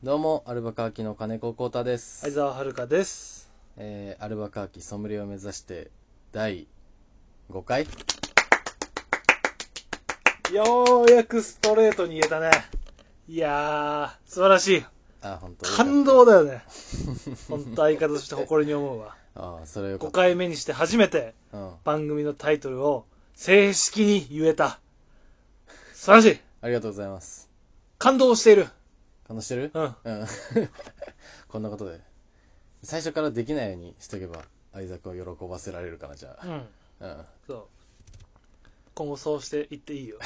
どうも、アルバカーキの金子幸太です。 相沢遥です。 アルバカーキソムリエを目指して第5回。 ようやくストレートに言えたね。いやー、素晴らしい。 本当感動だよね。本当相方として誇りに思うわ。 それよかった。 5回目にして初めて番組のタイトルを正式に言えた。素晴らしい。 ありがとうございます。 感動している。 感動してる？ うん。 こんなことで。最初からできないようにしとけば、相沢君を喜ばせられるかな、じゃあ。 そう。今後そうしていっていいよ。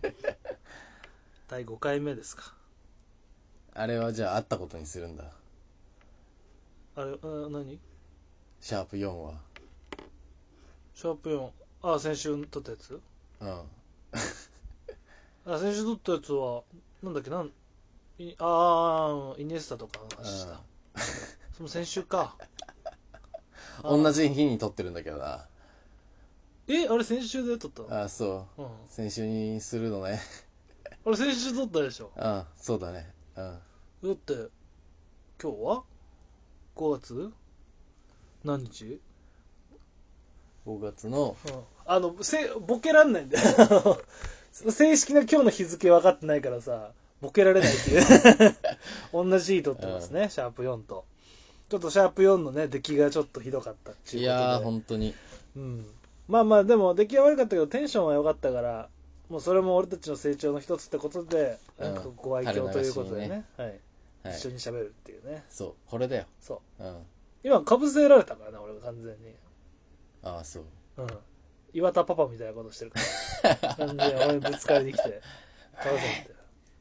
第5回目ですか。 あれはじゃああったことにするんだ。 あれ、何？ シャープ4は。 シャープ4。先週撮ったやつ？先週撮ったやつは、なんだっけ、イニエスタとかの話した。その先週か。 同じ日に撮ってるんだけどな。 あれ先週で撮ったの？ そう。先週にするのね。 あれ先週撮ったでしょ。 そうだね。 だって、今日は ?5 月何日？ 5月の、 ボケらんないんだよ。正式な今日の日付分かってないからさ、ボケられないっていう。同じ日撮ってますね、シャープ4と。ちょっとシャープ4のね、出来がちょっとひどかったっていうことで。 いやー、本当に。 まあでも出来は悪かったけどテンションは良かったから、もうそれも俺たちの成長の一つってことで、なんかご愛嬌ということでね、一緒に喋るっていうね。 そう、これだよ。 そう。今、かぶせられたからね、俺が完全に。 そう。 岩田パパみたいなことしてるから。完全に俺にぶつかりに来て、かぶせて。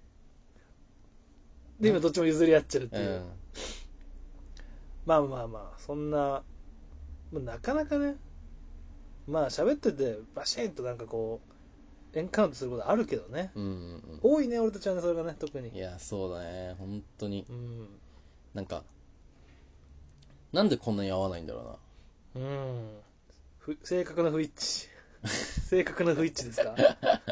で、今どっちも譲り合っちゃうっていう。まあ、そんな、なかなかね、喋っててバシッとなんかこうエンカウントすることあるけどね、多いね俺たちはね、それがね、特に。 いや、そうだね、本当に。なんかなんでこんなに合わないんだろうな。正確な不一致。正確な不一致ですか？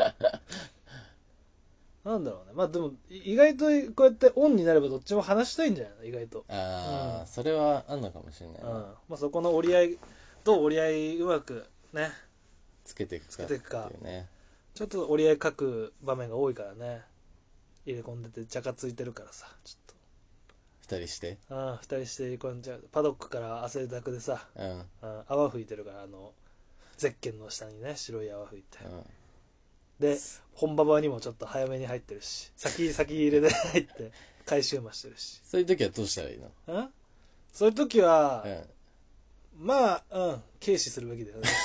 なんだろうね。でも意外とこうやってオンになればどっちも話したいんじゃないの、意外と。 それはあんのかもしれないな。 そこの折り合い、どう折り合いうまくねつけていくかっていうね。 ちょっと折り合い書く場面が多いからね。入れ込んでてチャカついてるからさ、ちょっと2人して 2人して入れ込んじゃう。パドックから汗だくでさ、泡吹いてるから、ゼッケンの下にね白い泡吹いて、で本馬場にもちょっと早めに入ってるし、先入れで入って回収もしてるし。 そういう時はどうしたらいいの？ そういう時は、軽視するべきだよね。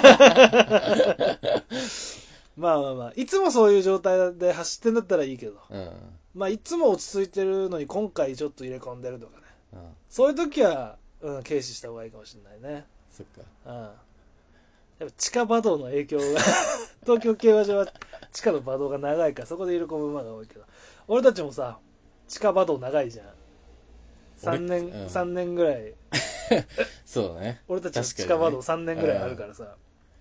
いつもそういう状態で走ってんだったらいいけど、いつも落ち着いてるのに今回ちょっと入れ込んでるとかね、そういう時は、軽視した方がいいかもしれないね。 そっか。 やっぱ地下馬道の影響が東京競馬場は地下の馬道が長いから、そこで入れ込む馬が多いけど、俺たちもさ地下馬道長いじゃん。3年ぐらい。 そうだね。 俺たちの地下馬道3年ぐらいあるからさ、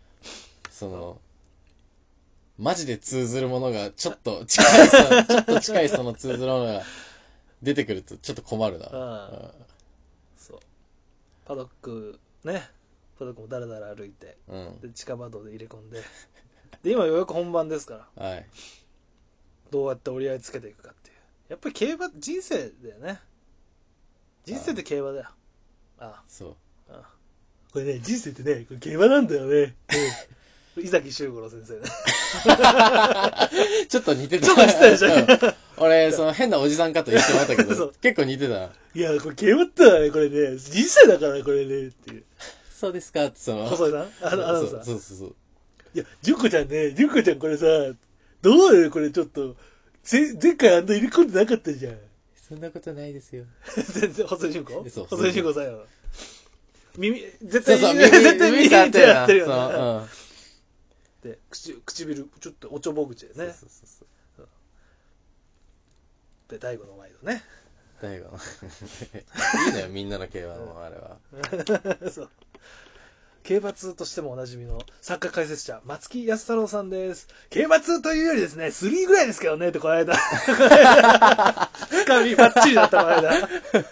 マジで通ずるものがちょっと近いその通ずるものが出てくるとちょっと困るな。 そう。パドックもだらだら歩いて、で地下馬道で入れ込んで、で今ようやく本番ですから、どうやって折り合いつけていくかっていう。やっぱり競馬人生だよね。人生って競馬だよ。 そう。 これね、人生ってね、これ競馬なんだよね。伊崎修五郎先生ね。 ちょっと似てた。 ちょっと似てたでしょ。 俺、その変なおじさんかと言ってもらったけど、結構似てた。 いや、これ競馬ってのはね、これね、人生だからね、これね、っていう。 そうですかって、 細井さんアナウンサー。 そう。 いや、純子ちゃんこれさ、どうよ、これちょっと、前回入れ込んでなかったじゃん。 そんなことないですよ。 全然、細井純子そう。 細井純子さんよ。絶対耳触ってやってるよね。 で、唇、ちょっとおちょぼ口でね。 そう。 で、大悟の前のね。 大悟の。いいのよ、みんなの競馬のあれは。 そう。 競馬通としてもおなじみのサッカー解説者松木安太郎さんです。競馬通というよりですね3ぐらいですけどねってこの間つかみバッチリだったこの間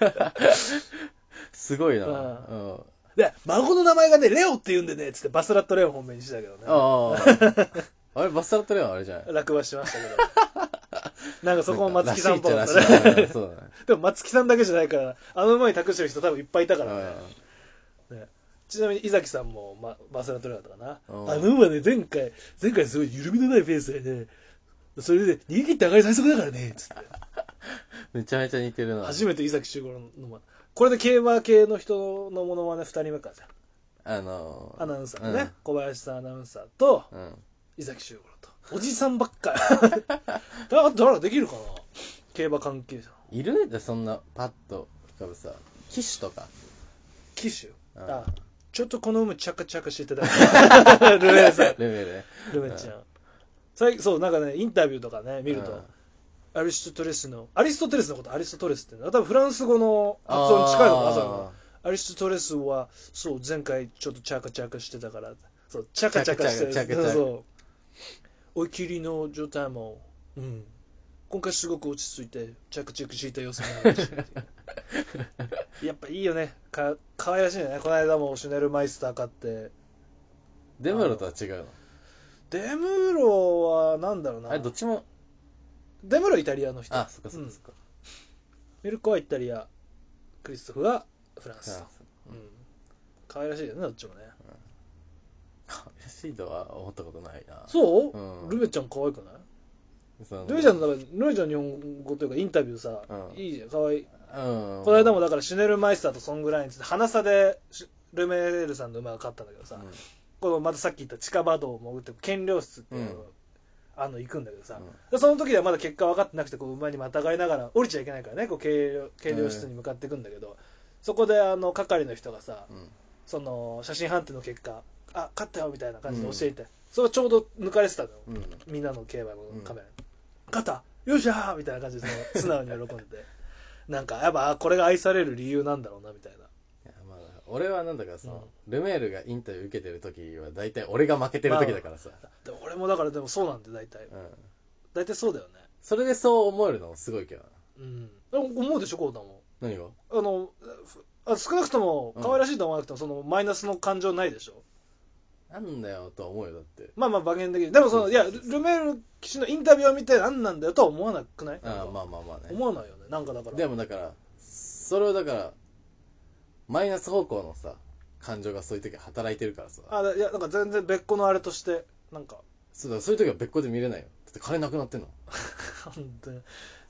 すごいな、 で孫の名前がねレオって言うんでねつってバスラットレオン本命にしたけどね。 あれバスラットレオンあれじゃない落馬しましたけどなんかそこも松木さんっぽかったね。でも松木さんだけじゃないからあの馬に託してる人多分いっぱいいたからね。ちなみに伊崎さんも、バスラットレオンだったかな。あの馬ね前回すごい緩みのないペースでねそれで逃げ切って上がり最速だからねつってめちゃめちゃ似てるな。 初めて伊崎修吾の馬これで競馬系の人のモノマネ2人目かじゃん。アナウンサーのね、小林さんアナウンサーと、伊崎修吾とおじさんばっか誰ができるかな競馬関係者いるでそんなパッと浮かぶさ騎手とか騎手ちょっとこの馬チャカチャカしてたルメさんルメちゃんそうなんかねインタビューとかね見ると、アリストテレスのことアリストテレスって多分フランス語の発音に近いのかな。そのアリストテレスはそう前回ちょっとチャカチャカしてたからそうチャカチャカしてるそう追い切りの状態も、今回すごく落ち着いて着地した様子になるしやっぱいいよねかわいらしいね。この間もシュネルマイスター買ってデムロとは違うの。 デムロはなんだろうなあれどっちもデムロイタリアの人。 そっかミルコはイタリアクリストフはフランス。可愛らしいよねどっちもね。 可愛らしいとは思ったことないな。 そう、ルメちゃん可愛くない？ルメちゃん日本語というかインタビューさ、いいじゃん可愛い。この間もだからシュネルマイスターとソングラインって花差でルメールさんの馬が勝ったんだけどさ、このまたさっき言った地下馬道を潜って検量室っていうの行くんだけどさ、その時ではまだ結果分かってなくてこう馬にまたがりながら降りちゃいけないからねこう計量室に向かっていくんだけど、そこで係の人がさ、その写真判定の結果勝ったよみたいな感じで教えて、それちょうど抜かれてたのよ、みんなの競馬のカメラに、勝ったよっしゃーみたいな感じで素直に喜んでなんかやっぱこれが愛される理由なんだろうなみたいな。 俺はなんだかルメールがインタビュー受けてる時は大体俺が負けてる時だからさ、 でも俺もだからでもそうなんで大体そうだよね。 それでそう思えるのもすごいけどな。思うでしょこうだもん。 何が少なくとも可愛らしいと思わなくてもそのマイナスの感情ないでしょ。 なんだよとは思うよだって。 馬券的にでもいやルメール騎手のインタビューを見て何なんだよとは思わなくない？ まあね思わないよね。なんかだからでもだからそれをだからマイナス方向のさ感情がそういう時は働いてるからさ。 いやなんか全然別個のあれとしてなんかそういう時は別個で見れないよ。だって金なくなってんの本当に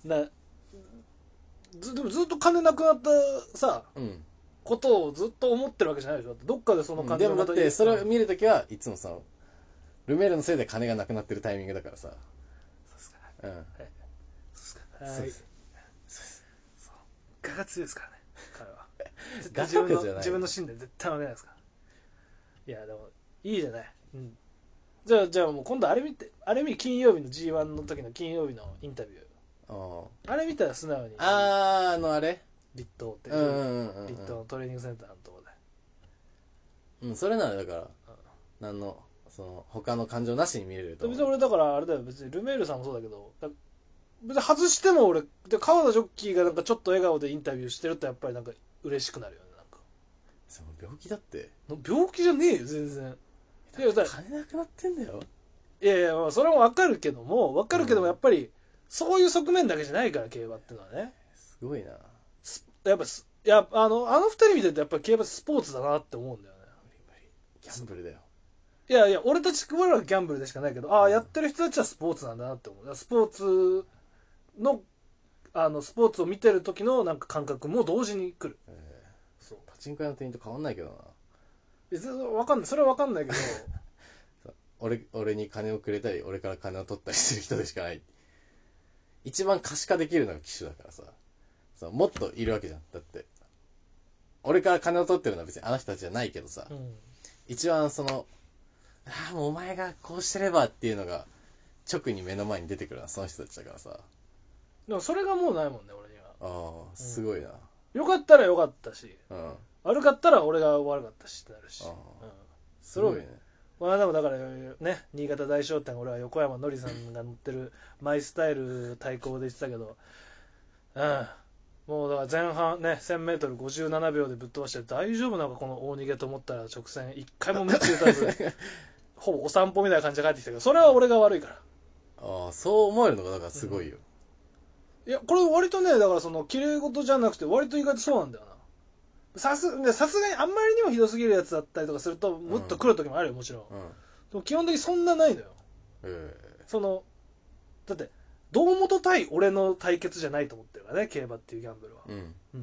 でもずっと金なくなったさ、ことをずっと思ってるわけじゃないでしょ。どっかでその感情が、 でもだってそれを見るときはいつもさルメールのせいで金がなくなってるタイミングだからさ。そうですか。そうですか。はい。そうです。 我が強いですからね彼は。 自分の芯で絶対負けないですから。いやでもいいじゃない。じゃあもう今度あれ見金曜日の G1 の時の金曜日のインタビュー。あれ見たら素直にあれ立東って立東のトレーニングセンターのとこでそれならだから何のその他の感情なしに見れると思う。 別に俺だからあれだよ別にルメールさんもそうだけど別に外しても俺で川田ジョッキーがなんかちょっと笑顔でインタビューしてるとやっぱりなんか嬉しくなるよね。なんかその病気だって病気じゃねえよ全然。 いや金なくなってんだよ。 いやまあそれも分かるけどもやっぱりそういう側面だけじゃないから競馬っていうのはね。 すごいな。 やっぱあの二人見てるとやっぱり競馬スポーツだなって思うんだよね。 ギャンブルだよ。 いや俺たちはギャンブルでしかないけどやってる人たちはスポーツなんだなって思う。スポーツを見てる時のなんか感覚も同時に来る。 そうパチンコ屋の店員と変わんないけどな。 わかんないそれは分かんないけど俺に金をくれたり俺から金を取ったりする人でしかない。一番可視化できるのが騎手だからさ。もっといるわけじゃん。だって俺から金を取ってるのは別にあの人たちじゃないけどさ、一番もうお前がこうしてればっていうのが直に目の前に出てくるのはその人たちだからさ。 でもそれがもうないもんね俺には。すごいな。 よかったらよかったし、悪かったら俺が悪かったしってなるし。 すごいね。 この間もだからね、新潟大商店、俺は横山のりさんが乗ってるマイスタイル対抗で言ってたけど、もうだから前半ね、1000m57 秒でぶっ飛ばして大丈夫なのかこの大逃げと思ったら直線一回も無知打たずほぼお散歩みたいな感じで帰ってきたけど、それは俺が悪いから。 ああ、そう思えるのがだからすごいよ。 いや、これ割とね、だからその綺麗事じゃなくて割と意外とそうなんだよな。さすがにあんまりにもひどすぎるやつだったりとかするともっと来る時もあるよ、もちろん。でも基本的にそんなないのよ。そのだって堂本対俺の対決じゃないと思ってるからね、競馬っていうギャンブルは。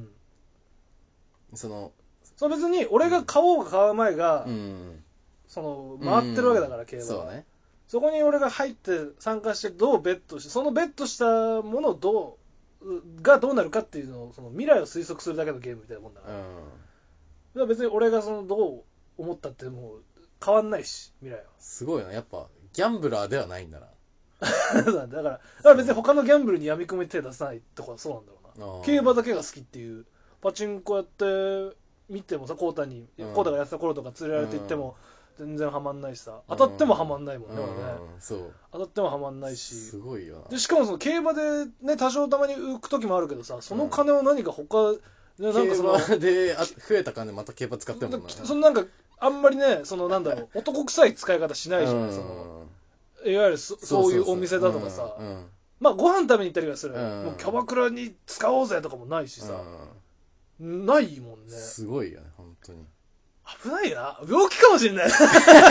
その別に俺が買おうが買う前が、その回ってるわけだから、競馬は。そこに俺が入って参加してどうベットして、そのベットしたものをどうなるかっていうのを、その未来を推測するだけのゲームみたいなもんだから。だから別に俺がそのどう思ったってもう変わんないし、未来は。 すごいな、やっぱギャンブラーではないんだな。 だから別に他のギャンブルに闇雲に手出さないとかそうなんだろうな。競馬だけが好きっていう。パチンコやって見てもさ、コータがやってた頃とか連れられて行っても全然ハマんないしさ、当たってもハマんないもんね、俺ね。当たってもハマんないし。 すごいよな。 でしかもその競馬でね、多少たまに浮く時もあるけどさ、その金を何か他、 なんかその競馬で増えた金また競馬使ってもんな。 そのなんかあんまりね、そのなんだろう、男臭い使い方しないじゃん。そのいわゆるそういうお店だとかさ、まあご飯食べに行ったりはする。もうキャバクラに使おうぜとかもないしさ、ないもんね。 すごいよね、本当に。 危ないな。病気かもしれない。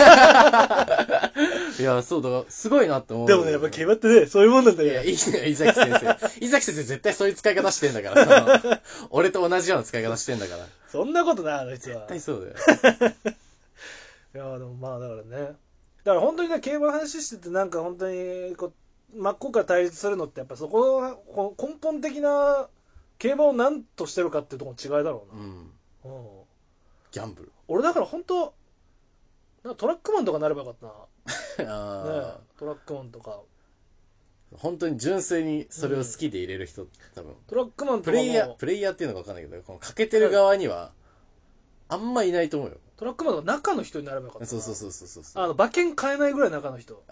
いや、そうだ、すごいなって思う。 でもね、やっぱ競馬ってね、そういうもんなんだよ。 いや、いいね、伊崎先生。伊崎先生絶対そういう使い方してんだから。俺と同じような使い方してんだから。 そんなことない、あの人は。 絶対そうだよ。 いや、でもまあだからね。だから本当にね、競馬の話しててなんか本当に真っ向から対立するのってやっぱそこの根本的な競馬を何としてるかっていうところの違いだろうな。 ギャンブル。 俺だから本当なんかトラックマンとかなればよかったな。ね、トラックマンとか。 本当に純粋にそれを好きで入れる人、多分。 トラックマンとかプレイヤーっていうのか分かんないけど、このかけてる側にはあんまいないと思うよ。 トラックマンの中の人になればよかったな。 そう。 馬券買えないぐらい中の人。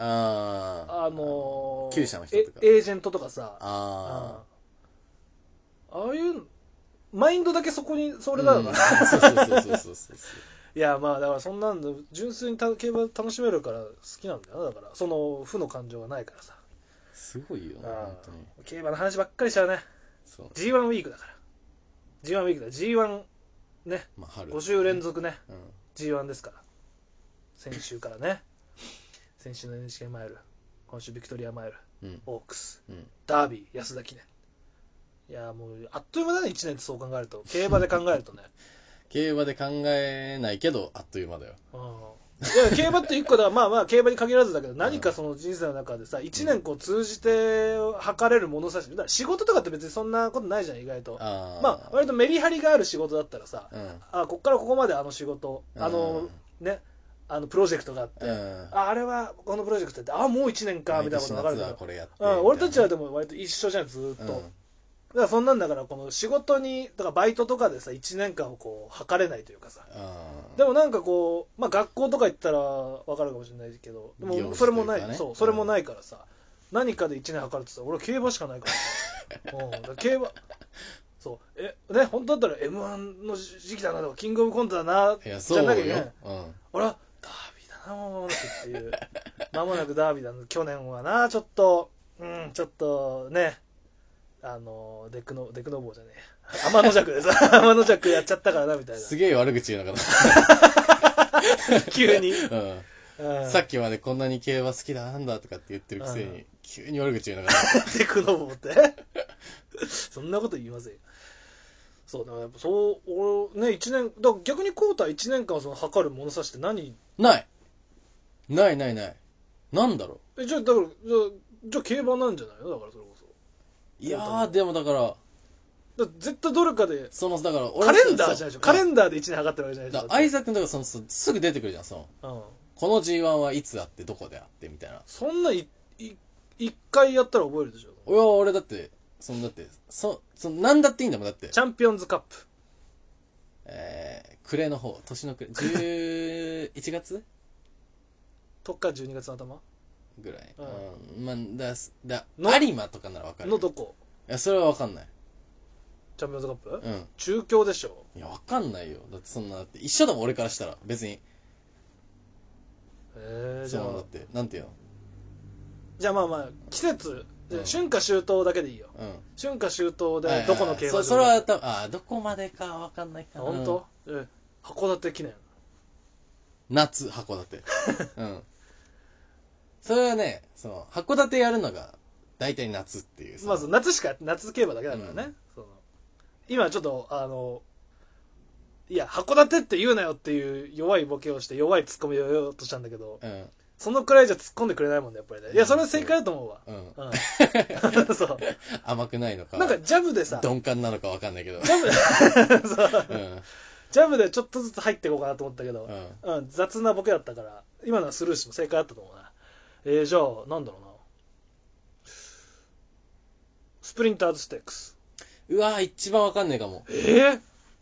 厩舎の人とか。 エージェントとかさ。ああいうマインドだけそれだよな。そう。いや、まあだからそんなんで純粋に競馬楽しめるから好きなんだよな。だからその負の感情がないからさ。 すごいよな、本当に。 競馬の話ばっかりしちゃうね。G1 ウィークだから。G1 ウィークだ。G1 ね、5週連続ね、G1 ですから。先週からね。先週の NHK マイル、今週ビクトリアマイル、オークス、ダービー、安田記念。いや、もうあっという間だね、1年ってそう考えると。競馬で考えるとね。 競馬で考えないけどあっという間だよ。 いや、競馬って一個だ、まあ競馬に限らずだけど、何かその人生の中でさ、1年こう通じて測れる物差し、だから仕事とかって別にそんなことないじゃん、意外と。まあ割とメリハリがある仕事だったらさ、こっからここまであの仕事、ね、プロジェクトがあって、あれはこのプロジェクトって、もう1年かみたいなことが分かるけど、俺たちはでも割と一緒じゃん、ずーっと。だからそんなんだから、この仕事に、だからバイトとかでさ、1年間をこう測れないというかさ、でもなんかこう、まあ学校とか行ったら分かるかもしれないけど、でもそれもない、それもないからさ、何かで1年測るってさ、俺競馬しかないからさ、競馬、そうね、本当だったら M1 の時期だなとかキングオブコントだなじゃなきゃね、俺はダービーだなもうっていう間もなくダービーだな、去年はなちょっとね、デクノボーじゃねえ、天の弱でさ、天の弱やっちゃったからなみたいな。 すげえ悪口言うのかな。 急に。 さっきまでこんなに競馬好きだなんだとかって言ってるくせに、急に悪口言うのかな。 デクノボーってそんなこと言いませんよ。そうだからやっぱ俺ね、1年だから逆にコータ1年間その測る物差しって何？ ないなんだろう。じゃあ競馬なんじゃないの？だからそれこそ。 いやーでもだから絶対どれかでだからカレンダーじゃないでしょ。カレンダーで1年測ってるわけじゃないでしょ。 相沢君だからすぐ出てくるじゃん、この G1 はいつあってどこであってみたいな。 そんな1回やったら覚えるでしょ。 俺だってなんだっていいんだもん、だってチャンピオンズカップ暮れの方、年の暮れ、11月とか12月の頭ぐらい。まあ、有馬とかならわかる。 のどこ？ いや、それはわかんない。 チャンピオンズカップ？ うん。 中京でしょ。 いや、わかんないよ。だってそんな、だって一緒だもん、俺からしたら。別に。 じゃあ。 だって、なんていうの？ じゃあまあまあ、季節、春夏秋冬だけでいいよ。 うん。 春夏秋冬でどこの競馬場？ それはどこまでかわかんないかな。 本当？函館記念。 夏、函館。うん。それはね、函館やるのが、大体夏っていう。 まず夏競馬だけだからね。今ちょっと、いや、函館って言うなよっていう弱いボケをして弱いツッコミを言おうとしたんだけど、そのくらいじゃ突っ込んでくれないもんね、やっぱりね。いや、それは正解だと思うわ。そう。 甘くないのか。 なんかジャブでさ。 鈍感なのかわかんないけど。 ジャブでちょっとずつ入っていこうかなと思ったけど、雑なボケだったから、今のはスルーしても正解だったと思うな。じゃあ、なんだろうな。スプリンターズステークス。 うわぁ、一番わかんないかも。 1002。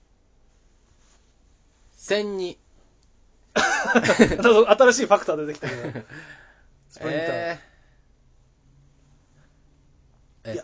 新しいファクター出てきたけど。スプリンター。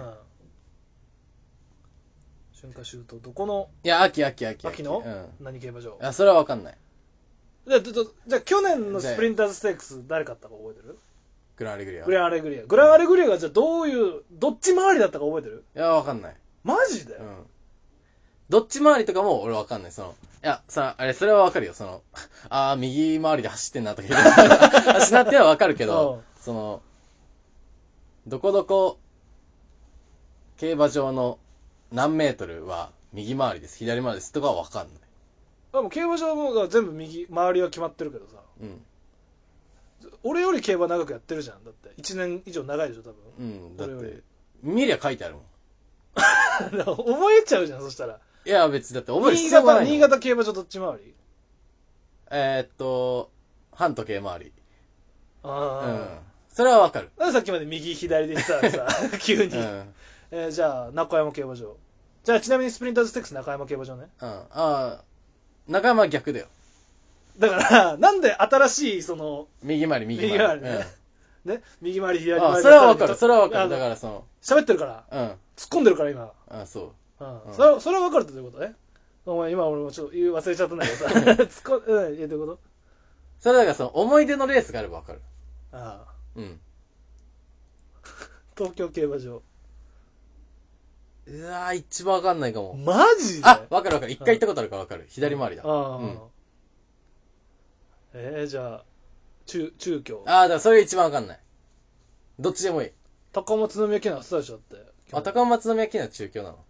春夏秋冬、どこの？ いや、秋の、何競馬場？ それはわかんない。 じゃあ去年のスプリンターズステークス誰勝ったか覚えてる？ グランアレグリア。 グランアレグリアがじゃあどっち回りだったか覚えてる？ いや、わかんない。 マジで？ どっち回りとかも俺わかんない。それはわかるよ。右回りで走ってんなとか言う。走なってはわかるけど、どこどこ競馬場の何メートルは右回りです、左回りですとかはわかんない。 でも競馬場が全部右回りは決まってるけどさ。俺より競馬長くやってるじゃん。だって1年以上長いでしょ多分。 だって見りゃ書いてあるもん。 覚えちゃうじゃんそしたら。 いや別にだって覚える必要がない。 新潟競馬場どっち回り？ 反時計回り。 ああ。 それはわかる。 なんでさっきまで右左で言ってたらさ急に。じゃあ中山競馬場。じゃあちなみにスプリンターズステークス中山競馬場ね。 中山は逆だよ。 だからなんで新しい右回りね。 右回り左回り。 それはわかる。だから喋ってるから。突っ込んでるから今。 そう。 それはわかるってどういうことね。お前今俺もちょっと忘れちゃったんだけどさ。言ってること？ それだから思い出のレースがあればわかる。 東京競馬場。 うわー、一番わかんないかも。 マジで？ わかる。一回行ったことあるからわかる。左回りだ。 じゃあ、中京。 だからそれ一番わかんない。どっちでもいい。 高松宮記念はスターでしょって。 高松宮記念は中京なの。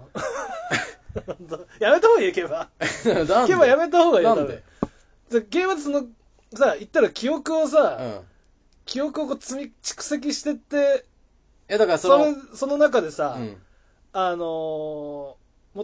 やめた方がいいよ、競馬。競馬やめた方がいいよ、 なんで？ 競馬って言ったら記憶をさ、記憶を蓄積してって、 だからその中でさ、最も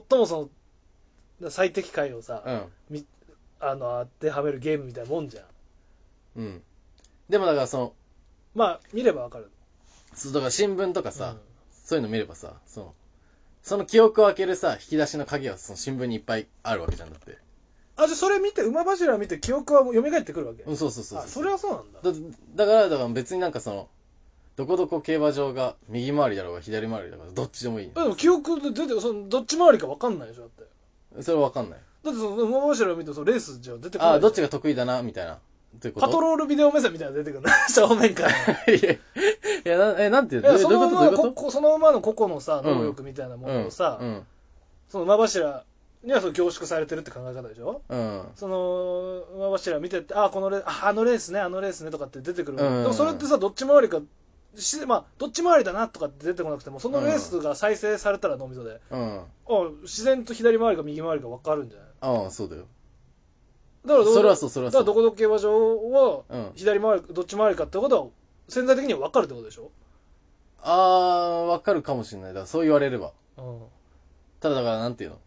最適解をさ、当てはめるゲームみたいなもんじゃん。 でもだからまあ、見ればわかる。 だから新聞とかさ、そういうの見ればさ、その記憶を開けるさ、引き出しの鍵は新聞にいっぱいあるわけじゃんだって。 じゃあそれ見て、馬柱見て記憶は蘇ってくるわけ？ そう。 それはそうなんだ。 だから別にどこどこ競馬場が右回りだろうが左回りだろうがどっちでもいい。 でも記憶で出て、どっち回りか分かんないでしょだって。 それは分かんない。 だって馬柱を見てレースじゃ出てこない。 どっちが得意だなみたいな。 パトロールビデオ目線みたいなの出てくるな正面から。 いやなんていうの？どういうこと？ その馬の個々のさ能力みたいなものをさ、その馬柱には凝縮されてるって考え方でしょ？その馬柱見てってあのレースねとかって出てくる。でもそれってさどっち回りかどっち回りだなとかって出てこなくてもそのレースが再生されたら脳みそで、自然と左回りか右回りか分かるんじゃない？そうだよ。だからそれはそう。だからどこどこ競馬場は左回りどっち回りかってことは潜在的には分かるってことでしょ？ 分かるかもしれない。だからそう言われれば。ただだからなんていうの？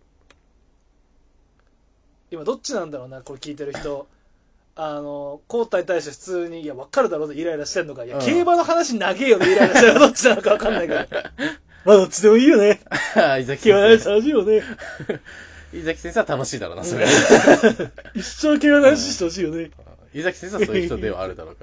今どっちなんだろうなこれ聞いてる人。交代に対して普通にいや分かるだろうでイライラしてんのか、いや競馬の話長えよでイライラしてるのどっちなのか分かんないけど。どっちでもいいよね。競馬の話よね。 伊崎先生は楽しいだろうな、それ。 一生懸命な話してほしいよね。 伊崎先生はそういう人ではあるだろうから。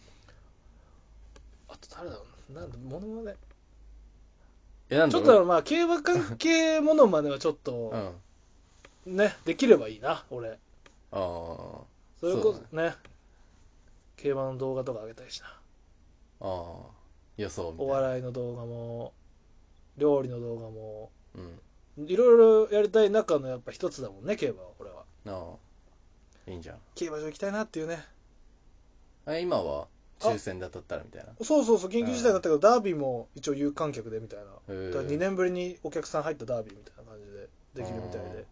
あと誰だろう、なんだ、モノマネ。 ちょっとまあ、競馬関係モノマネはちょっと、ね、できればいいな、俺。ああ。それこそね、競馬の動画とか上げたいしな。ああ。予想みたいな。お笑いの動画も、料理の動画も、いろいろやりたい中のやっぱ一つだもんね、競馬は、これは。 ああ。いいんじゃん。 競馬場行きたいなっていうね。 今は抽選で当たったらみたいな。 そうそうそう、緊急事態だったけど、ダービーも一応有観客でみたいな。だから2年ぶりにお客さん入ったダービーみたいな感じでできるみたいで。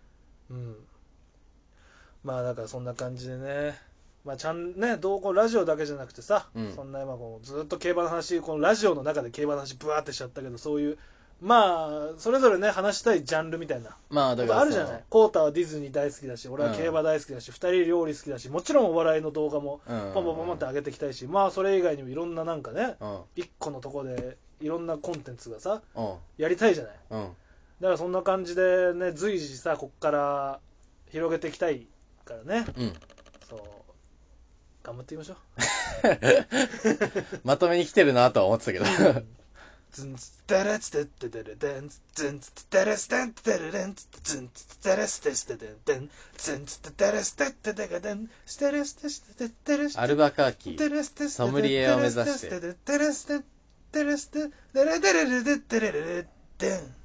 まあだからそんな感じでね。まあちゃんね、ラジオだけじゃなくてさ、そんな今こうずっと競馬の話、このラジオの中で競馬の話ブワーってしちゃったけど、そういう、まあそれぞれね、話したいジャンルみたいな。まあだからあるじゃない。コータはディズニー大好きだし、俺は競馬大好きだし、2人料理好きだし、もちろんお笑いの動画もポンポンポンポンって上げていきたいし、まあそれ以外にもいろんななんかね、一個のとこでいろんなコンテンツがさ、やりたいじゃない。だからそんな感じでね、随時さ、こっから広げていきたいからね。そう。頑張っていきましょう。 まとめに来てるなとは思ってたけど。 ズンツテレツテテテレデンズンツテレステンテレレンズンツテレステステデンデンズンツテレステテテガデンステレステステテレステアルバカーキソムリエを目指してテレステテレステテレテレレテテレレレデン。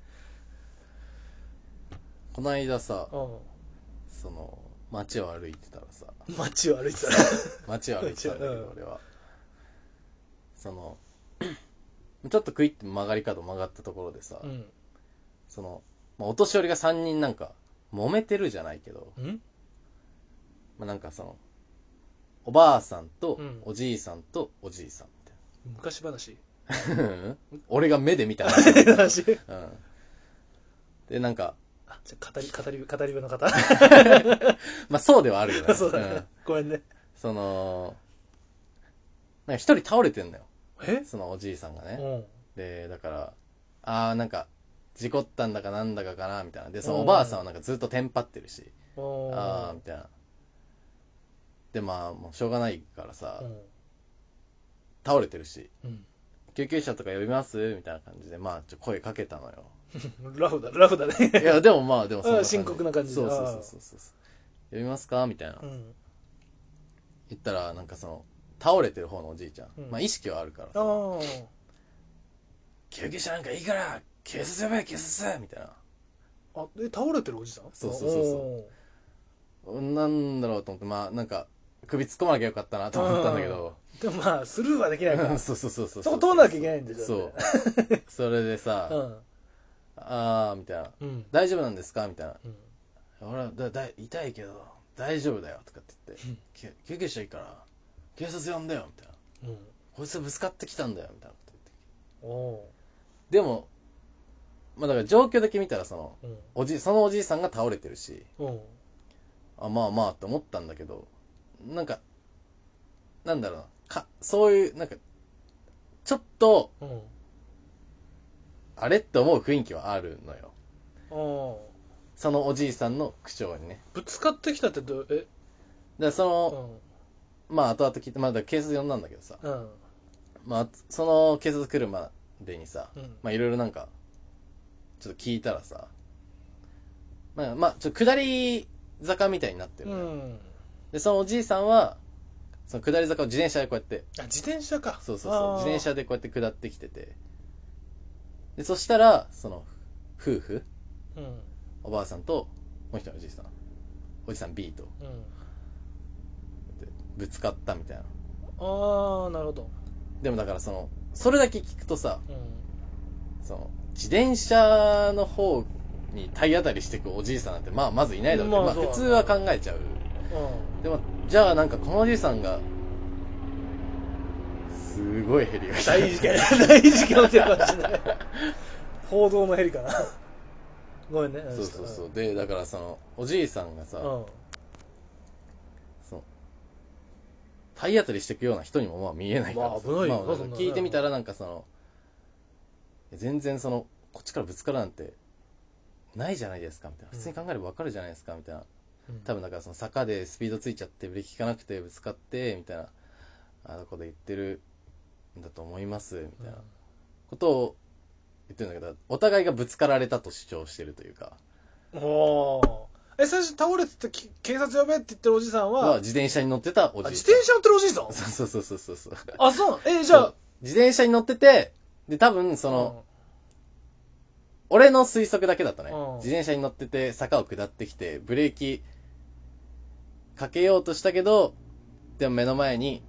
この間さ、その街を歩いてたらさ、 街を歩いてたんだけど、俺はそのちょっとクイッと曲がり角曲がったところでさ、その、お年寄りが3人なんか揉めてるじゃないけど、なんかそのおばあさんとおじいさんとおじいさんみたいな、昔話俺が目で見た話、でなんかじゃ語り部の方まあそうではあるよね。 そうだね、ごめんね。 そのなんか一人倒れてんのよ、そのおじいさんがね。でだからなんか事故ったんだかなんだかかなみたいな。でそのおばあさんはなんかずっとテンパってるし、みたいな。でまあもうしょうがないからさ、倒れてるし、救急車とか呼びますみたいな感じでまあ声かけたのよ。 ラフだね。 いやでもまあでもそ深刻な感じで。 そう呼びますかみたいな、言ったらなんかその倒れてる方のおじいちゃん、まあ意識はあるからさ、救急車なんかいいから警察呼べ警察みたいな。 倒れてるおじさん。 そうなんだろうと思って、まあなんか首突っ込まなきゃよかったなと思ったんだけど、 でもまあスルーはできないからそうそこ通らなきゃいけないんでしょ。 そうそれでさ、みたいな、大丈夫なんですかみたいな、俺は痛いけど大丈夫だよとかって言って、救急車いいから警察呼んだよみたいな、こいつぶつかってきたんだよみたいなこと言って、でもまあだから状況だけ見たらそのおじいさんが倒れてるし、まあまあって思ったんだけど、なんかなんだろうな、そういうなんかちょっと、あれって思う雰囲気はあるのよ。そのおじいさんの口調にね。 ぶつかってきたってだからその、まあ後々聞いて、まだ警察呼んだんだけどさ、まあその警察来るまでにさ、まあいろいろなんかちょっと聞いたらさ、まあちょっと下り坂みたいになってるのよ。でそのおじいさんはその下り坂を自転車でこうやって、 自転車か、 そう自転車でこうやって下ってきてて、でそしたらその夫婦、おばあさんともう一人のおじさん B と、ぶつかったみたいな。 なるほど。 でもだからそれだけ聞くとさ、その自転車の方に体当たりしてくおじいさんなんてまずいないだろうけど、まあ普通は考えちゃう。でもじゃあなんかこのおじいさんがすごいヘリが来た。 大事件起きてるかもしれない。報道のヘリかな。ごめんね。 そうでだからそのおじいさんがさ、その体当たりしていくような人にもまあ見えないからさ、 危ないよ、 聞いてみたらなんかその全然そのこっちからぶつかるなんてないじゃないですかみたいな、普通に考えれば分かるじゃないですかみたいな、多分だからその坂でスピードついちゃってブレーキ効かなくてぶつかってみたいなことで言ってるんだと思いますみたいなことを言ってるんだけど、お互いがぶつかられたと主張してるというか。 最初倒れてて警察呼べって言ってるおじさんは自転車に乗ってたおじさん。 自転車乗ってるおじいさん。 そうそう。 あ、そう。じゃあ自転車に乗ってて、で多分その、俺の推測だけだったね。自転車に乗ってて坂を下ってきてブレーキかけようとしたけど、でも目の前に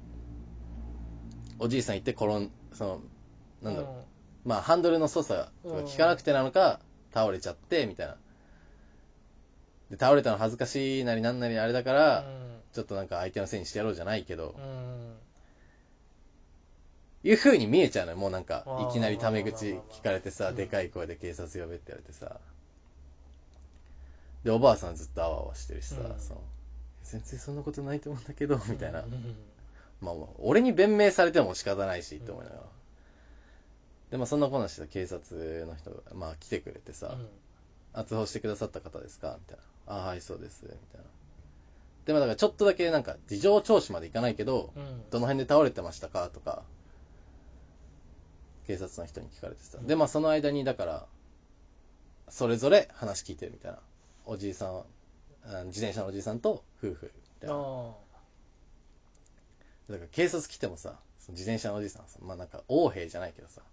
おじいさんいてなんだろう、まあハンドルの操作が効かなくてなのか倒れちゃってみたいな。で倒れたの恥ずかしいなりなんなりあれだから、ちょっとなんか相手のせいにしてやろうじゃないけど、いう風に見えちゃうのよ。もうなんかいきなりタメ口聞かれてさ、でかい声で警察呼べって言われてさ、でおばあさんずっとあわあわしてるしさ、全然そんなことないと思うんだけどみたいな、まあ俺に弁明されても仕方ないしって思いながら、でまあそんなこんなしてた警察の人がまあ来てくれてさ、通報してくださった方ですかみたいな、はいそうですみたいな。でもだからちょっとだけなんか事情聴取までいかないけど、どの辺で倒れてましたかとか警察の人に聞かれてさ、でまあその間にだからそれぞれ話聞いてるみたいな、おじいさんは自転車のおじいさんと夫婦みたいな。だから警察来てもさ、自転車のおじいさんはさ、まあなんか横兵じゃないけどさ、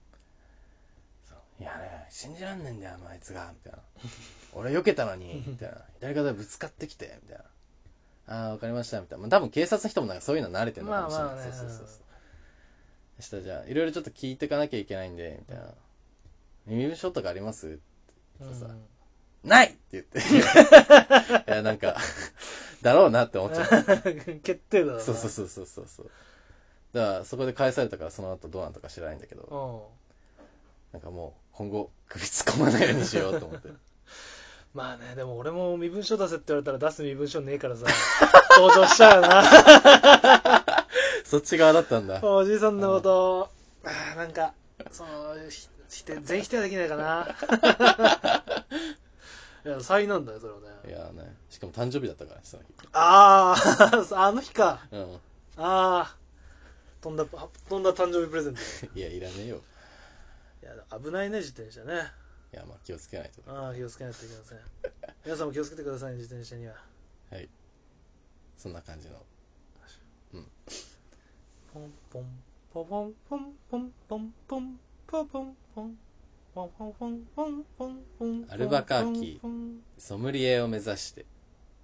いやね信じらんねんだよあいつがみたいな、俺避けたのにみたいな、左肩でぶつかってきてみたいな、わかりましたみたいな、まあ、多分警察の人もなんかそういうの慣れてるのかもしれない。そうそしたらじゃあいろいろちょっと聞いていかなきゃいけないんでみたいな、身分証とかありますって言ってさ、ないって言っていやなんかだろうなって思っちゃった決定だな。 そうだからそこで返されたからその後どうなんとか知らないんだけど、なんかもう今後首突っ込まないようにしようと思ってまあね、でも俺も身分証出せって言われたら出す身分証ねえからさ登場しちゃうよなそっち側だったんだ。 おじいさんのことなんか全否定はできないかないや災難だよそれはね。 いやね、しかも誕生日だったからその日。 あの日か。飛んだ誕生日プレゼントいやいらねえよ。 いや危ないね自転車ね。 いやまあ気をつけないと。 気をつけないといけません皆さんも気をつけてくださいね自転車には。 はい、そんな感じのポンポンポンポンポンポンポンポンポンポンポンポンポンポンポンポンポンアルバカーキソムリエを目指して。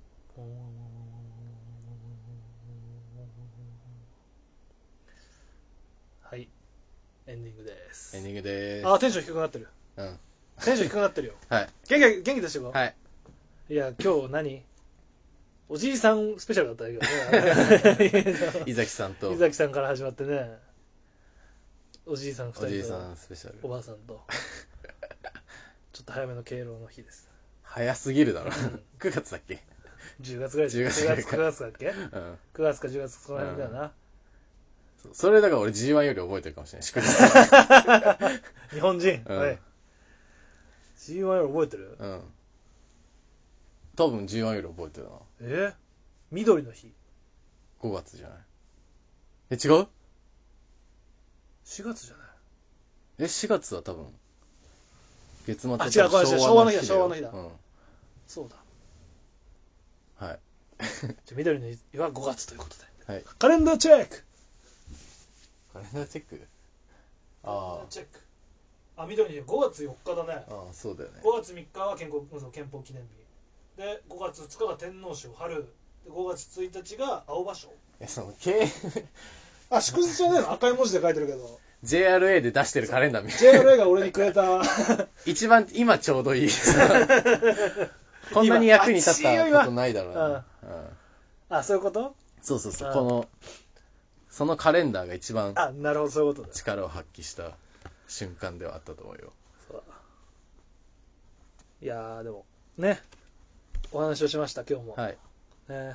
はいエンディングです。 エンディングです。 テンション低くなってる。テンション低くなってるよ。 はい。 元気出してよ。 はい。 いや今日何おじいさんスペシャルだったけどね伊崎さんと伊崎さんから始まってね、おじいさん2人とおじいさんスペシャル、 おばあさんとちょっと早めの敬老の日です。 早すぎるだろ9月だっけ 10月ぐらいで9月だっけ、9月か10月その辺だよな、 それだから俺 G1 より覚えてるかもしれない日本人、はい、G1 より覚えてる？ 多分 G1 より覚えてるな。 緑の日 5月じゃない？違う？ 4月じゃない？ 4月は多分月末。 違う、昭和の日だ、そうだ。 はいじゃ緑の日は5月ということで、 はい、 カレンダーチェック。 カレンダーチェック。 緑の日5月4日だね。 そうだよね。 5月3日は憲法記念日で、5月2日が天皇賞春で、5月1日が青葉賞。祝日じゃねえの？赤い文字で書いてるけど JRA で出してるカレンダーみたいな。JRA が俺にくれた一番今ちょうどいいこんなに役に立ったことないだろうな。そういうこと？ そうそのカレンダーが一番なるほど、そういうことだ。 力を発揮した瞬間ではあったと思うよ。 いやでもね、お話をしました今日も。 はい。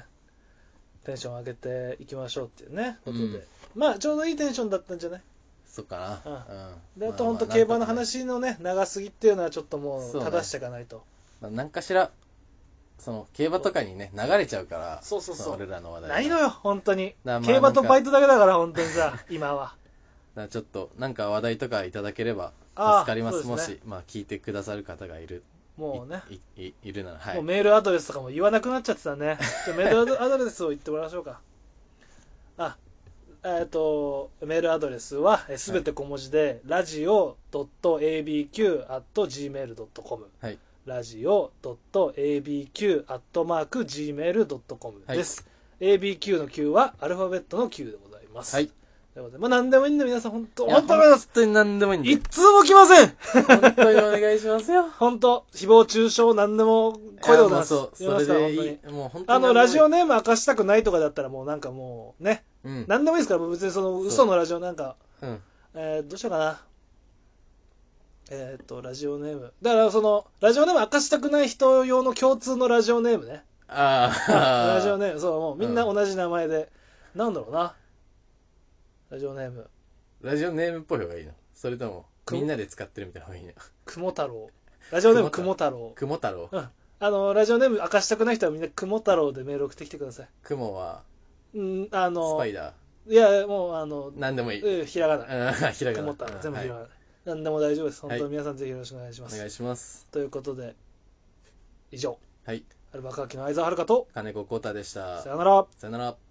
テンション上げていきましょうっていうねことで、まあちょうどいいテンションだったんじゃない？ そっかな。 で、あと本当競馬の話のね、長すぎっていうのはちょっともう正していかないと。 なんかしら、その競馬とかにね、流れちゃうから、 そう俺らの話題ないのよ、本当に。競馬とバイトだけだから、本当にさ、今は。 ちょっと、なんか話題とかいただければ助かります。もし、聞いてくださる方がいる。 もうね。 いるなら、はい。 もうメールアドレスとかも言わなくなっちゃってたね。じゃメールアドレスを言ってもらいましょうか。メールアドレスはすべて小文字で、radio.abq@gmail.com、はい、radio.abq@gmail.com です、はい、abq の Q はアルファベットの Q でございます。はい。ということで、何でもいいんで皆さん本当ごめんなさい。本当に何でもいいんで。 一通も来ません。 本当にお願いしますよ。 本当、誹謗中傷何でも声でございます。 それでいい。 もう本当にラジオネーム明かしたくないとかだったらもうなんかもうね。うん、何でもいいですから、別にその嘘のラジオなんか、どうしようかな。ラジオネーム。だからその、ラジオネーム明かしたくない人用の共通のラジオネームね。ラジオネーム、そう、もうみんな同じ名前で。なんだろうな。ラジオネーム。 ラジオネームっぽい方がいいの？それとも、みんなで使ってるみたいな方がいいの？ 雲太郎。ラジオネーム雲太郎。 雲太郎。 ラジオネーム明かしたくない人はみんな雲太郎でメール送ってきてください。 雲は、スパイダー。いや、もう、 何でもいい。 ひらがな。 ひらがな。 雲太郎。全部ひらがな。何でも大丈夫です。本当に皆さんぜひよろしくお願いします。 お願いします。 ということで、以上。 はい。 アルバカーキの相沢遥と、 金子浩太でした。 さよなら。 さよなら。